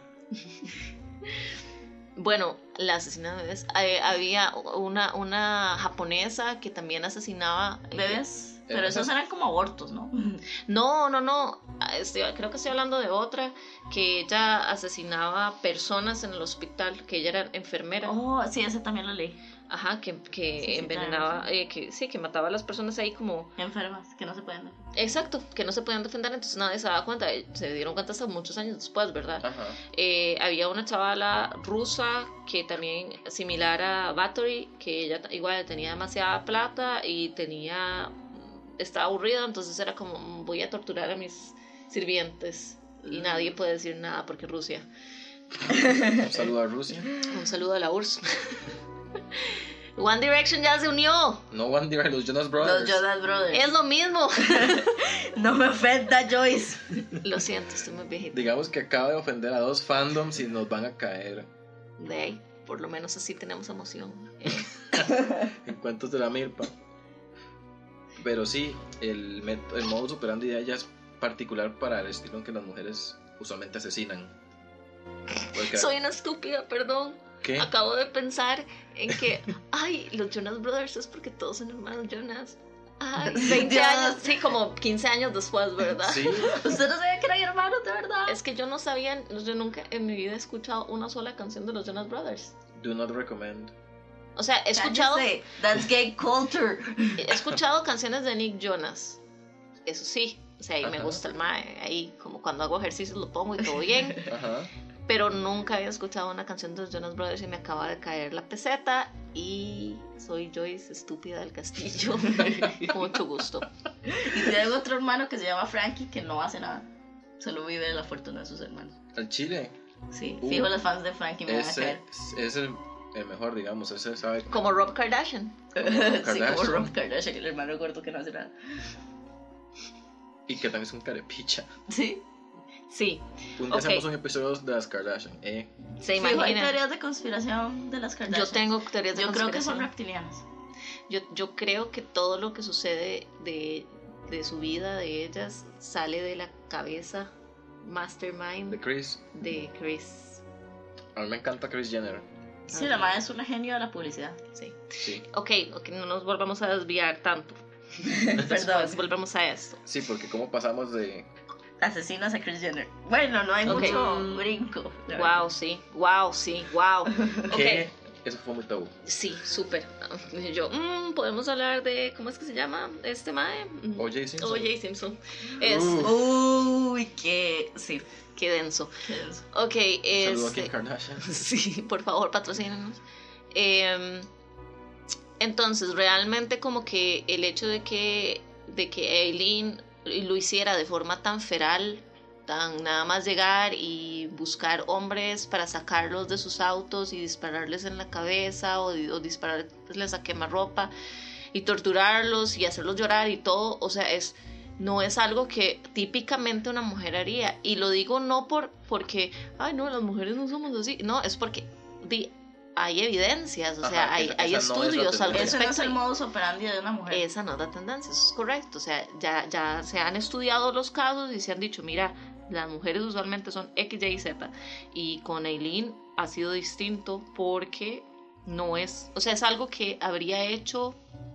Bueno, la asesina de bebés. Eh, había una, una japonesa que también asesinaba eh, ¿Bebés? Pero Eh, esos esas- eran como abortos, ¿no? No, no, no. Ah, estoy- creo que estoy hablando de otra que ella asesinaba personas en el hospital, que ella era enfermera. Oh, sí, ese también lo leí. Ajá, que, que Sí, sí, envenenaba, claro, eh, que sí, que mataba a las personas ahí como... Enfermas, que no se pueden defender. Exacto, que no se podían defender, entonces nadie se daba cuenta. Eh, Se dieron cuenta hasta muchos años después, ¿verdad? Ajá. Eh, había una chavala rusa que también, similar a Bathory, que ella t- igual tenía demasiada plata y tenía... estaba aburrida, entonces era como, "Mm, voy a torturar a mis sirvientes y nadie puede decir nada porque Rusia". Un saludo a Rusia. Un saludo a la U R S S. One Direction ya se unió. No One Direction, los Jonas Brothers. Los Jonas Brothers. Es lo mismo. No me ofenda, Joyce. Lo siento, estoy muy viejita. Digamos que acaba de ofender a dos fandoms y nos van a caer De ahí, por lo menos así tenemos emoción. Eh, en cuentos de la milpa. Pero sí, el, met- el modo operandi de ella es particular para el estilo en que las mujeres usualmente asesinan. Porque- Soy una estúpida, perdón. ¿Qué? Acabo de pensar en que, ay, los Jonas Brothers es porque todos son hermanos Jonas. Ay, veinte Ya. años, sí, como quince años después, ¿verdad? Sí, Usted no sabía que eran hermanos, de verdad. Es que yo no sabía, yo nunca en mi vida he escuchado una sola canción de los Jonas Brothers. do not recommend. O sea, he escuchado, Cállese. That's gay culture. he escuchado canciones de Nick Jonas. Eso sí, o sea, y me Ajá. gusta el mae, ahí como cuando hago ejercicios lo pongo y todo bien. Ajá. pero nunca había escuchado una canción de los Jonas Brothers y me acaba de caer la peseta y soy Joyce estúpida del castillo. Con mucho gusto. Y tengo otro hermano que se llama Frankie que no hace nada, solo vive de la fortuna de sus hermanos. Al chile. Sí, Uh, fijo, los fans de Frankie me van a Ese caer. es el, el mejor, digamos, ese sabe. Como Rob Kardashian. Como Rob Sí, Kardashian. como Rob Kardashian, el hermano gordo que no hace nada. Y que también es un carepicha. Sí. Sí. Un día Ok. hacemos un episodio de las Kardashian, ¿eh? Se Fijo, hay imaginan. teorías de conspiración de las Kardashian. Yo tengo teorías de Yo creo que son conspiración. reptilianas. Yo, yo creo que todo lo que sucede de, de su vida, de ellas, sale de la cabeza mastermind De Chris. de Chris. A mí me encanta Kris Jenner. Sí, la madre es una genio de la publicidad. Sí. Sí. Ok, ok, no nos volvamos a desviar tanto. Perdón. Después volvemos a esto. Sí, porque cómo pasamos de... Asesinos a Kris Jenner. Bueno, no hay Ok. mucho brinco. la verdad. Wow, sí, wow, sí, wow. ¿Qué? Eso fue muy tabú. Sí, súper. Y yo, mm, podemos hablar de, ¿cómo es que se llama este mae? Mm, O J. Simpson. O J. Simpson. Es, Uh. Uy, qué. Sí. qué denso. qué denso. Ok, Saludos a este, Kim Kardashian. sí, por favor, patrocínenos. Eh, entonces, realmente como que el hecho de que, de que Aileen lo hiciera de forma tan feral, tan nada más llegar y buscar hombres para sacarlos de sus autos y dispararles en la cabeza o, o dispararles a quemarropa y torturarlos y hacerlos llorar y todo, o sea, es... no es algo que típicamente una mujer haría. Y lo digo no por porque, ay, no, las mujeres no somos así. No, es porque di, hay evidencias, o Ajá, sea, hay, esa- hay esa no es la estudios al tendencia. Ese no es respecto. el modus operandi de una mujer. Esa no es la tendencia, eso es correcto. O sea, ya, ya se han estudiado los casos y se han dicho, mira, las mujeres usualmente son X, Y y Z. Y con Aileen ha sido distinto porque no es, o sea, es algo que habría hecho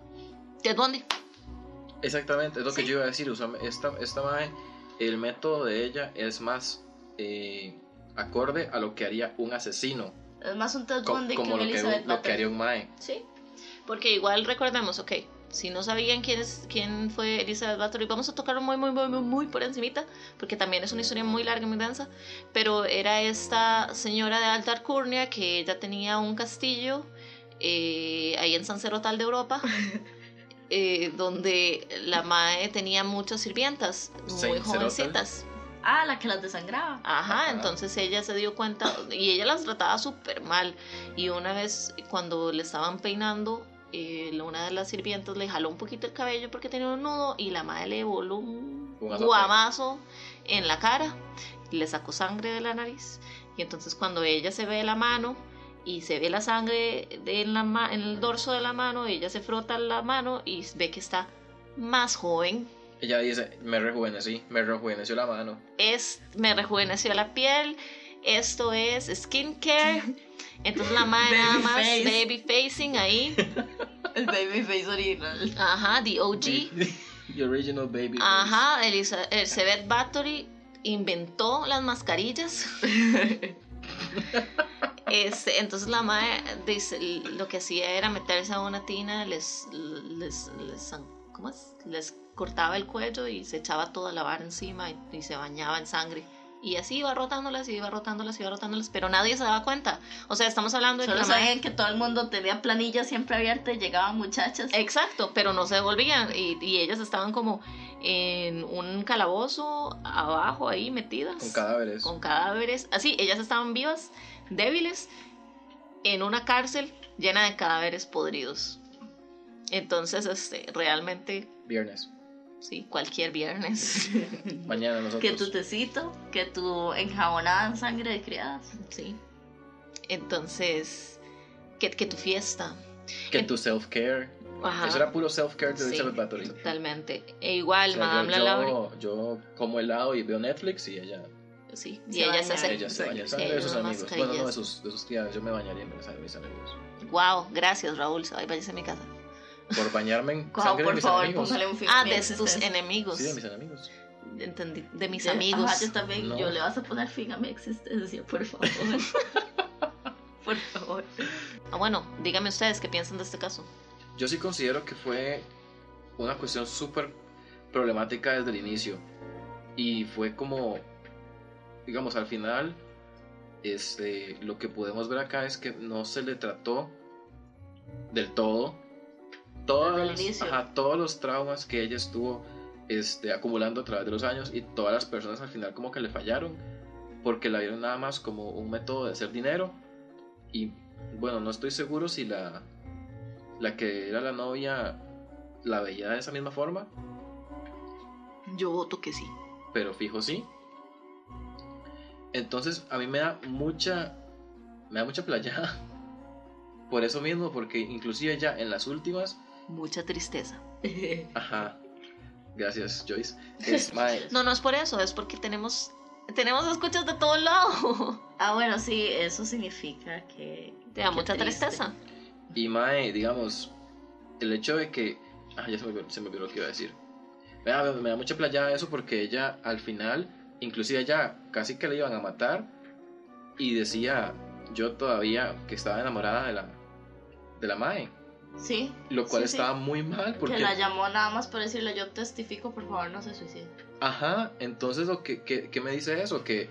Ted Bundy. Exactamente, es lo que Sí. yo iba a decir. O sea, esta, esta mae, el método de ella es más eh, acorde a lo que haría un asesino. Es más un Ted co- Bundy que como un lo que, Elizabeth lo que Bathory. haría un mae. Sí, porque igual recordemos, ok, si no sabían quién, es, quién fue Elizabeth Bathory, vamos a tocarlo muy, muy, muy, muy, muy por encimita, porque también es una historia muy larga y muy densa, pero era esta señora de alta alcurnia que ella tenía un castillo eh, ahí en San Cerotal de Europa, eh, donde la mae tenía muchas sirvientas muy Saint Cerotal. jovencitas. Ah, la que las desangraba. Ajá, Ajá. entonces ella se dio cuenta y ella las trataba súper mal. Y una vez cuando le estaban peinando, eh, una de las sirvientas le jaló un poquito el cabello porque tenía un nudo y la madre le voló un Un azote. guamazo en la cara, le sacó sangre de la nariz. Y entonces cuando ella se ve la mano y se ve la sangre de en, la ma- en el dorso de la mano, ella se frota la mano y ve que está más joven. Ella dice, me rejuvenecí, me rejuveneció la mano. Es, me rejuveneció la piel, esto es skincare. Entonces la madre nada más Babyface. baby facing ahí. El babyface original. Ajá, the O G. The original baby. Ajá, Elisa- Elizabeth Bathory inventó las mascarillas. Este, entonces la madre dice, lo que hacía era meterse a una tina, les, les, les, ¿cómo es? Les cortaba el cuello y se echaba toda la vara encima y, y se bañaba en sangre. Y así iba rotándolas, y iba rotándolas, iba rotándolas, pero nadie se daba cuenta. O sea, estamos hablando de Solo que la madre... sabían que todo el mundo tenía planilla siempre abierta y llegaban muchachas. Exacto, pero no se devolvían y, y ellas estaban como en un calabozo abajo ahí metidas. Con cadáveres. Con cadáveres. Así, ellas estaban vivas, débiles, en una cárcel llena de cadáveres podridos. Entonces, este, realmente, Viernes. sí, cualquier viernes. Mañana nosotros. Que tu tecito, que tu enjabonada en sangre de criadas. Sí. Entonces, que, que tu fiesta. Que tu self-care. Ajá. Eso era puro self-care de Sí, Elizabeth Bathory. totalmente. E igual, O sea, Madame yo, Lalaurie. yo, yo como helado y veo Netflix y ella, Sí, Se y ella baña, se hace. ella se baña en sí, sangre de sus unas amigos. Bueno, no de mascarillas. sus, de sus criadas. Yo me bañaría en sangre de mis amigos. Wow, gracias Raúl, ay, váyase a mi casa. Por bañarme en Wow, sangre de por mis favor, amigos. póngale un fin. Ah, a mi de tus existencia. enemigos. Sí, de mis enemigos. Entendí, de mis Yo- amigos. Ajá, yo también. No. Yo le vas a poner fin a mi existencia, por favor. Por favor. Ah, bueno, díganme ustedes qué piensan de este caso. Yo sí considero que fue una cuestión súper problemática desde el inicio. Y fue como, digamos, al final, este, lo que podemos ver acá es que no se le trató del todo todas, ajá, todos los traumas que ella estuvo este, acumulando a través de los años, y todas las personas al final como que le fallaron porque la vieron nada más como un método de hacer dinero. Y bueno, no estoy seguro si la, la que era la novia la veía de esa misma forma. Yo voto que sí. Pero fijo sí. Entonces a mí me da mucha me da mucha playada por eso mismo, porque inclusive ya en las últimas, mucha tristeza. Ajá, gracias Joyce. Es, mae, no, no es por eso, es porque tenemos tenemos escuchas de todo lado. Ah, bueno, sí, eso significa que te da mucha triste. tristeza. Y mae, digamos, el hecho de que ah, ya se me, se me olvidó lo que iba a decir. Me da, me da mucha playada eso, porque ella al final, inclusive ya casi que le iban a matar, y decía yo todavía que estaba enamorada de la de la mae. Sí. Lo cual sí, estaba sí. muy mal, porque que la llamó nada más por decirle yo testifico, por favor no se suicide. Ajá, entonces lo que, que, que me dice eso, que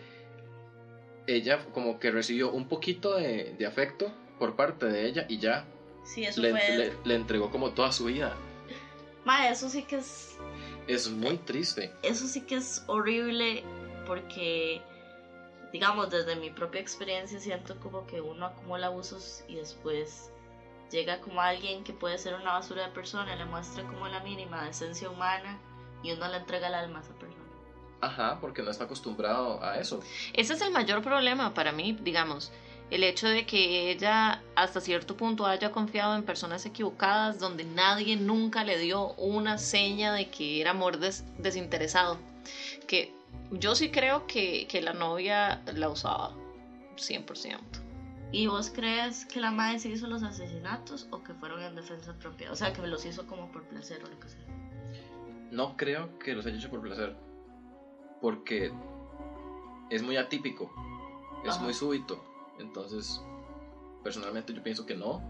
ella como que recibió un poquito de, de afecto por parte de ella, y ya sí, eso le, fue... le, le entregó como toda su vida. Ma, eso sí que es... Es muy triste. Eso sí que es horrible, porque, digamos, desde mi propia experiencia siento como que uno acumula abusos y después llega como alguien que puede ser una basura de persona, le muestra como la mínima decencia humana y uno le entrega el alma a esa persona. Ajá, porque no está acostumbrado a eso. Ese es el mayor problema para mí, digamos, el hecho de que ella hasta cierto punto haya confiado en personas equivocadas, donde nadie nunca le dio una seña de que era amor des- desinteresado. Que yo sí creo que, que la novia la usaba cien por ciento. ¿Y vos crees que la madre se hizo los asesinatos o que fueron en defensa propia? O sea, que los hizo como por placer o lo que sea. No creo que los haya hecho por placer, porque es muy atípico, es Ajá. muy súbito. Entonces, personalmente yo pienso que no.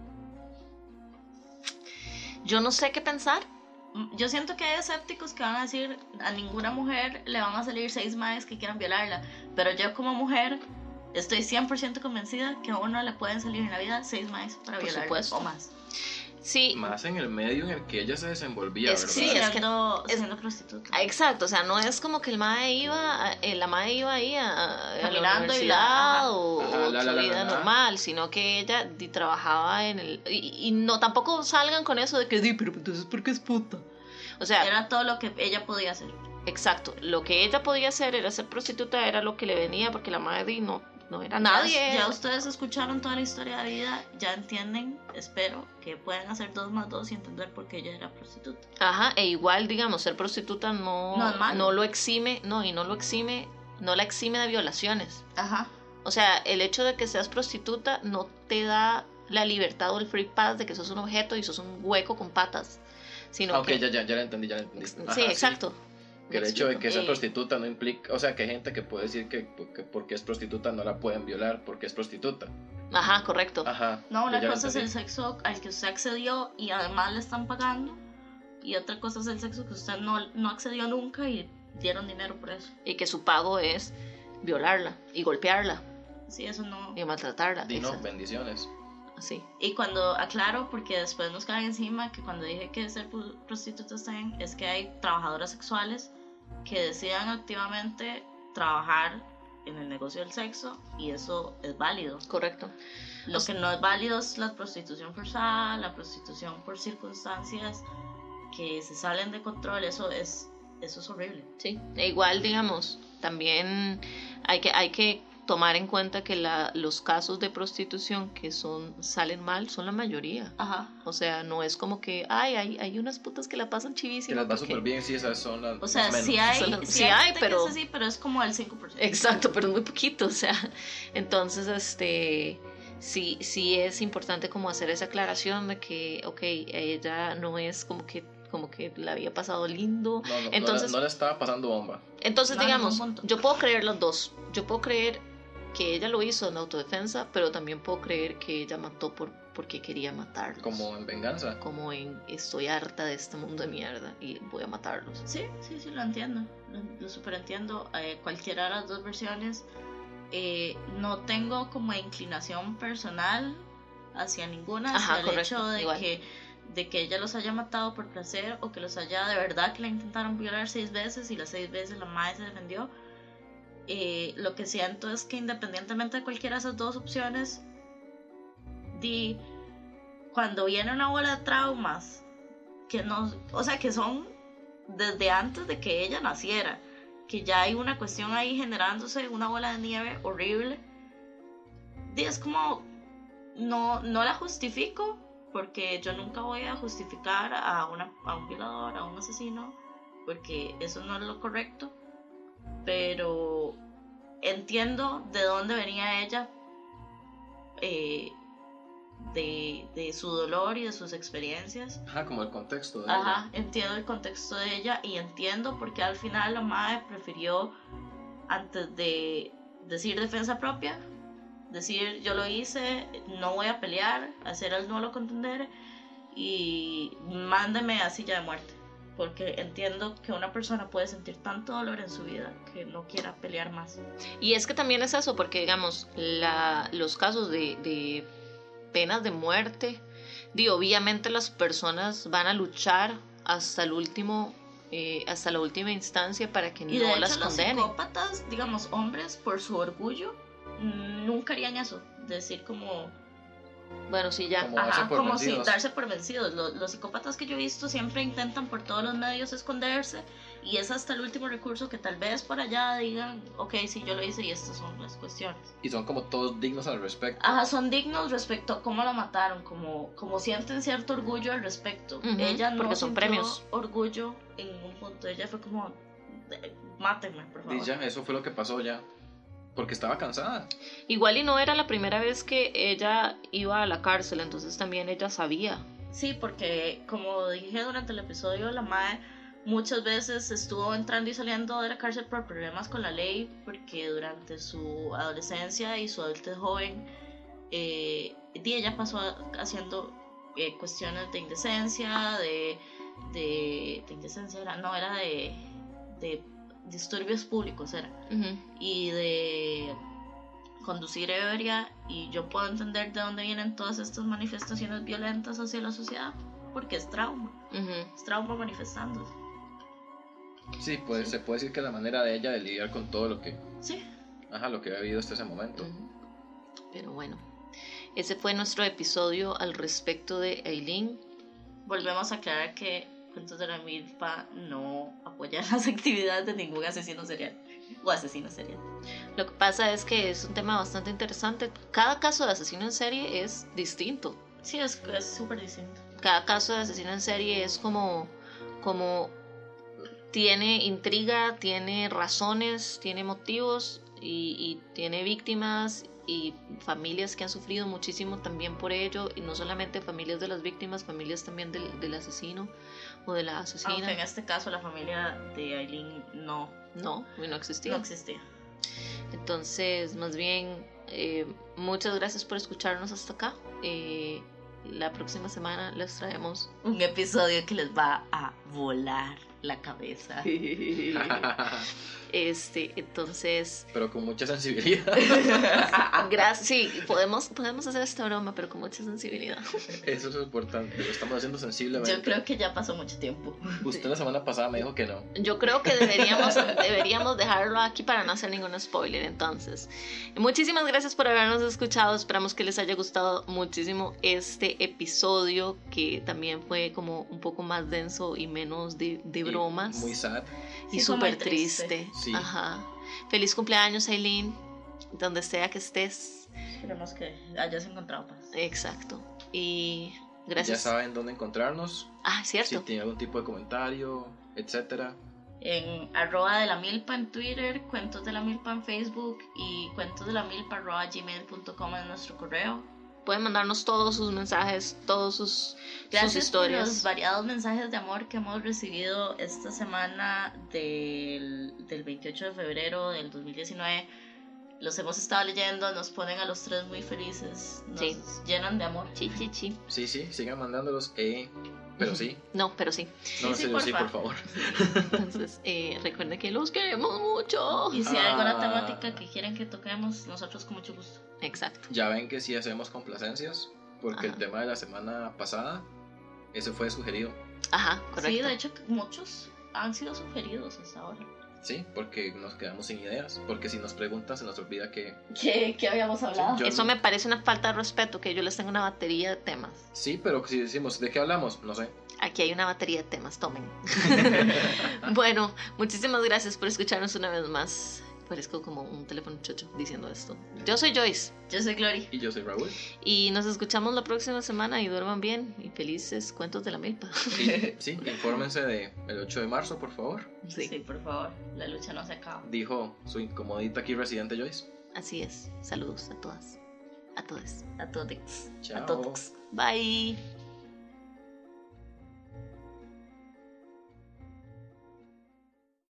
Yo no sé qué pensar. Yo siento que hay escépticos que van a decir a ninguna mujer le van a salir seis madres que quieran violarla, pero yo como mujer estoy cien por ciento convencida que a uno le pueden salir en la vida seis madres para Por violarla supuesto. o más. Sí. Más en el medio en el que ella se desenvolvía, Es, ¿verdad? sí, es que siendo, es, siendo prostituta. Exacto, o sea, no es como que el mae iba, eh, la mae iba ahí a, a Caminando la universidad y la, ajá. o, Ajá, o la, su la, la, vida la, la. normal, sino que ella di, trabajaba en el... Y, y no, tampoco salgan con eso de que, di, pero entonces, ¿por qué es puta? O sea... Era todo lo que ella podía hacer. Exacto, lo que ella podía hacer era ser prostituta, era lo que le venía, porque la madre di, no, no era nadie. Ya, ya ustedes escucharon toda la historia de vida, ya entienden, espero, que pueden hacer dos más dos y entender por qué ella era prostituta. Ajá, e igual, digamos, ser prostituta no, No es malo. no lo exime, no, y no lo exime, no la exime de violaciones. Ajá. O sea, el hecho de que seas prostituta no te da la libertad o el free pass de que sos un objeto y sos un hueco con patas, sino Ah, ok, que... ya, ya, ya la entendí, ya la entendí. Ajá, sí, exacto. Que el hecho de que sea Eh, prostituta no implica, o sea, que hay gente que puede decir que, que porque es prostituta no la pueden violar porque es prostituta. Ajá, correcto. Ajá. No, una ya, ya cosa es el entendí. sexo al que usted accedió y además le están pagando, y otra cosa es el sexo que usted no, no accedió nunca y dieron dinero por eso. Y que su pago es violarla y golpearla Sí, eso no. y maltratarla. Dino, Exacto. bendiciones. Sí. Y cuando aclaro, porque después nos caen encima, que cuando dije que ser pu- prostituta está bien, es que hay trabajadoras sexuales que decidan activamente trabajar en el negocio del sexo y eso es válido. Correcto. Lo que no es válido es la prostitución forzada, la prostitución por circunstancias que se salen de control, eso es, eso es horrible. Sí. E igual, digamos, también hay que, hay que tomar en cuenta que la, los casos de prostitución que son salen mal son la mayoría. Ajá. O sea, no es como que, ay, hay, hay unas putas que la pasan Que chivísimo. las va porque- súper bien, sí, esas son las O sea, más menos. sí hay, Solo- sí sí hay, hay, gente pero- que es así, pero es como el cinco por ciento. Exacto, pero es muy poquito, o sea, entonces, este, sí, sí es importante como hacer esa aclaración de que, ok, ella no es como que, como que la había pasado lindo. No, no, Entonces- no, le- no le estaba pasando bomba. Entonces, No, digamos, ningún punto. yo puedo creer los dos. Yo puedo creer que ella lo hizo en autodefensa, pero también puedo creer que ella mató por, porque quería matarlos. Como en venganza. Como en, estoy harta de este mundo de mierda y voy a matarlos. Sí, sí, sí, lo entiendo. Lo, lo super entiendo. Eh, cualquiera de las dos versiones eh, no tengo como inclinación personal hacia ninguna, Ajá, hacia el correcto, hecho de igual. que, de que ella los haya matado por placer o que los haya de verdad que la intentaron violar seis veces y las seis veces la madre se defendió. Eh, lo que siento es que independientemente de cualquiera de esas dos opciones, di, cuando viene una bola de traumas que no, o sea, que son desde antes de que ella naciera, que ya hay una cuestión ahí generándose, una bola de nieve horrible, di, es como, no, no la justifico, porque yo nunca voy a justificar a, una, a un violador, a un asesino, porque eso no es lo correcto, pero entiendo de dónde venía ella, eh, de, de su dolor y de sus experiencias. Ajá, como el contexto de Ajá, ella. entiendo el contexto de ella y entiendo por qué al final la madre prefirió, antes de decir defensa propia, decir yo lo hice, no voy a pelear, hacer el no lo contender y mándeme a silla de muerte, porque entiendo que una persona puede sentir tanto dolor en su vida que no quiera pelear más. Y es que también es eso, porque digamos, la, los casos de, de penas de muerte, digo, obviamente las personas van a luchar hasta el último, eh, hasta la última instancia para que Y de no hecho las los condenen. psicópatas, digamos hombres, por su orgullo, nunca harían eso, decir como... Bueno, sí, ya. Como darse Ajá, por como vencidos. si darse por vencidos. Los, los psicópatas que yo he visto siempre intentan por todos los medios esconderse y es hasta el último recurso que tal vez por allá digan, ok, sí, yo lo hice y estas son las cuestiones. Y son como todos dignos al respecto. Ajá, son dignos respecto a cómo la mataron, como, como sienten cierto orgullo al respecto. Ujú, Ella no porque son sintió premios. orgullo en un punto, ella fue como, "Eh, mátenme, por favor". Y ya, eso fue lo que pasó ya. Porque estaba cansada. Igual y no era la primera vez que ella iba a la cárcel, entonces también ella sabía. Sí, porque como dije durante el episodio, la madre muchas veces estuvo entrando y saliendo de la cárcel por problemas con la ley, porque durante su adolescencia y su adultez joven, eh, y ella pasó haciendo eh, cuestiones de indecencia, de, de, de indecencia, era, no, era de, de disturbios públicos, era, Ujú. y de conducir ebria, y yo puedo entender de dónde vienen todas estas manifestaciones violentas hacia la sociedad, porque es trauma, Ujú. es trauma manifestándose. Sí, pues Sí. se puede decir que la manera de ella de lidiar con todo lo que, Sí, ajá, lo que había vivido hasta ese momento. Ujú. Pero bueno, ese fue nuestro episodio al respecto de Aileen. volvemos a aclarar que Cuentos de la Milpa no apoya las actividades de ningún asesino serial o asesino serial. Lo que pasa es que es un tema bastante interesante. Cada caso de asesino en serie es distinto. Sí, es es súper distinto. Cada caso de asesino en serie es como, como tiene intriga, tiene razones, tiene motivos y, y tiene víctimas y familias que han sufrido muchísimo también por ello, y no solamente familias de las víctimas, familias también del, del asesino o de la asesina. Aunque en este caso la familia de Aileen no, No, no existía. no existía. Entonces, más bien, eh, muchas gracias por escucharnos hasta acá. Eh, la próxima semana les traemos Un episodio que les va a volar la cabeza. este, entonces, Pero con mucha sensibilidad. gracias. Sí, podemos, podemos hacer esta broma, pero con mucha sensibilidad. Eso es importante. Lo estamos haciendo sensiblemente. Yo creo que ya pasó mucho tiempo. Usted la semana pasada me dijo que no. Yo creo que deberíamos, deberíamos dejarlo aquí para no hacer ningún spoiler. Entonces, muchísimas gracias por habernos escuchado. Esperamos que les haya gustado muchísimo este episodio, que también fue como un poco más denso y menos de, de Y bromas. muy sad. Y Sí, fue muy súper triste. triste. Sí. Ajá. Feliz cumpleaños, Aileen, donde sea que estés. Esperemos que hayas encontrado paz. Exacto. Y Ya gracias. saben dónde encontrarnos. Ah, Si cierto. tienen algún tipo de comentario, etcétera. En arroba de la milpa en Twitter, Cuentos de la Milpa en Facebook y cuentos de la milpa arroba gmail punto com en nuestro correo. Pueden mandarnos todos sus mensajes, todos sus, sus Gracias por historias. los variados mensajes de amor que hemos recibido esta semana del, del veintiocho de febrero del dos mil diecinueve. Los hemos estado leyendo, nos ponen a los tres muy felices, nos Sí. llenan de amor. Chi, chi, chi. Sí, sí, sigan mandándolos. Eh, pero sí. No, pero sí. No, sí, sí, porfa. sí, por favor. Entonces, eh, recuerden que los queremos mucho. Y si hay alguna Ah. temática que quieren que toquemos, nosotros con mucho gusto. Exacto. Ya ven que sí hacemos complacencias, porque Ajá. el tema de la semana pasada, ese fue sugerido. Ajá, correcto. Sí, de hecho, muchos han sido sugeridos hasta ahora. Sí, porque nos quedamos sin ideas. Porque si nos preguntan, se nos olvida que. ¿Qué, qué habíamos hablado? yo- Eso me parece una falta de respeto, que yo les tengo una batería de temas. Sí, pero si decimos, ¿de qué hablamos? No sé. Aquí hay una batería de temas, tomen. Bueno, muchísimas gracias por escucharnos una vez más. Parezco como un teléfono chocho diciendo esto. Yo soy Joyce Yo soy Glory. Y yo soy Raúl. y nos escuchamos la próxima semana y duerman bien y felices cuentos de la milpa. Y, sí, infórmense de el ocho de marzo, por favor. Sí. Sí, por favor, la lucha no se acaba. Dijo su incomodita aquí residente Joyce. así es. Saludos a todas, a todos. A todos. Chao. A todos. Bye.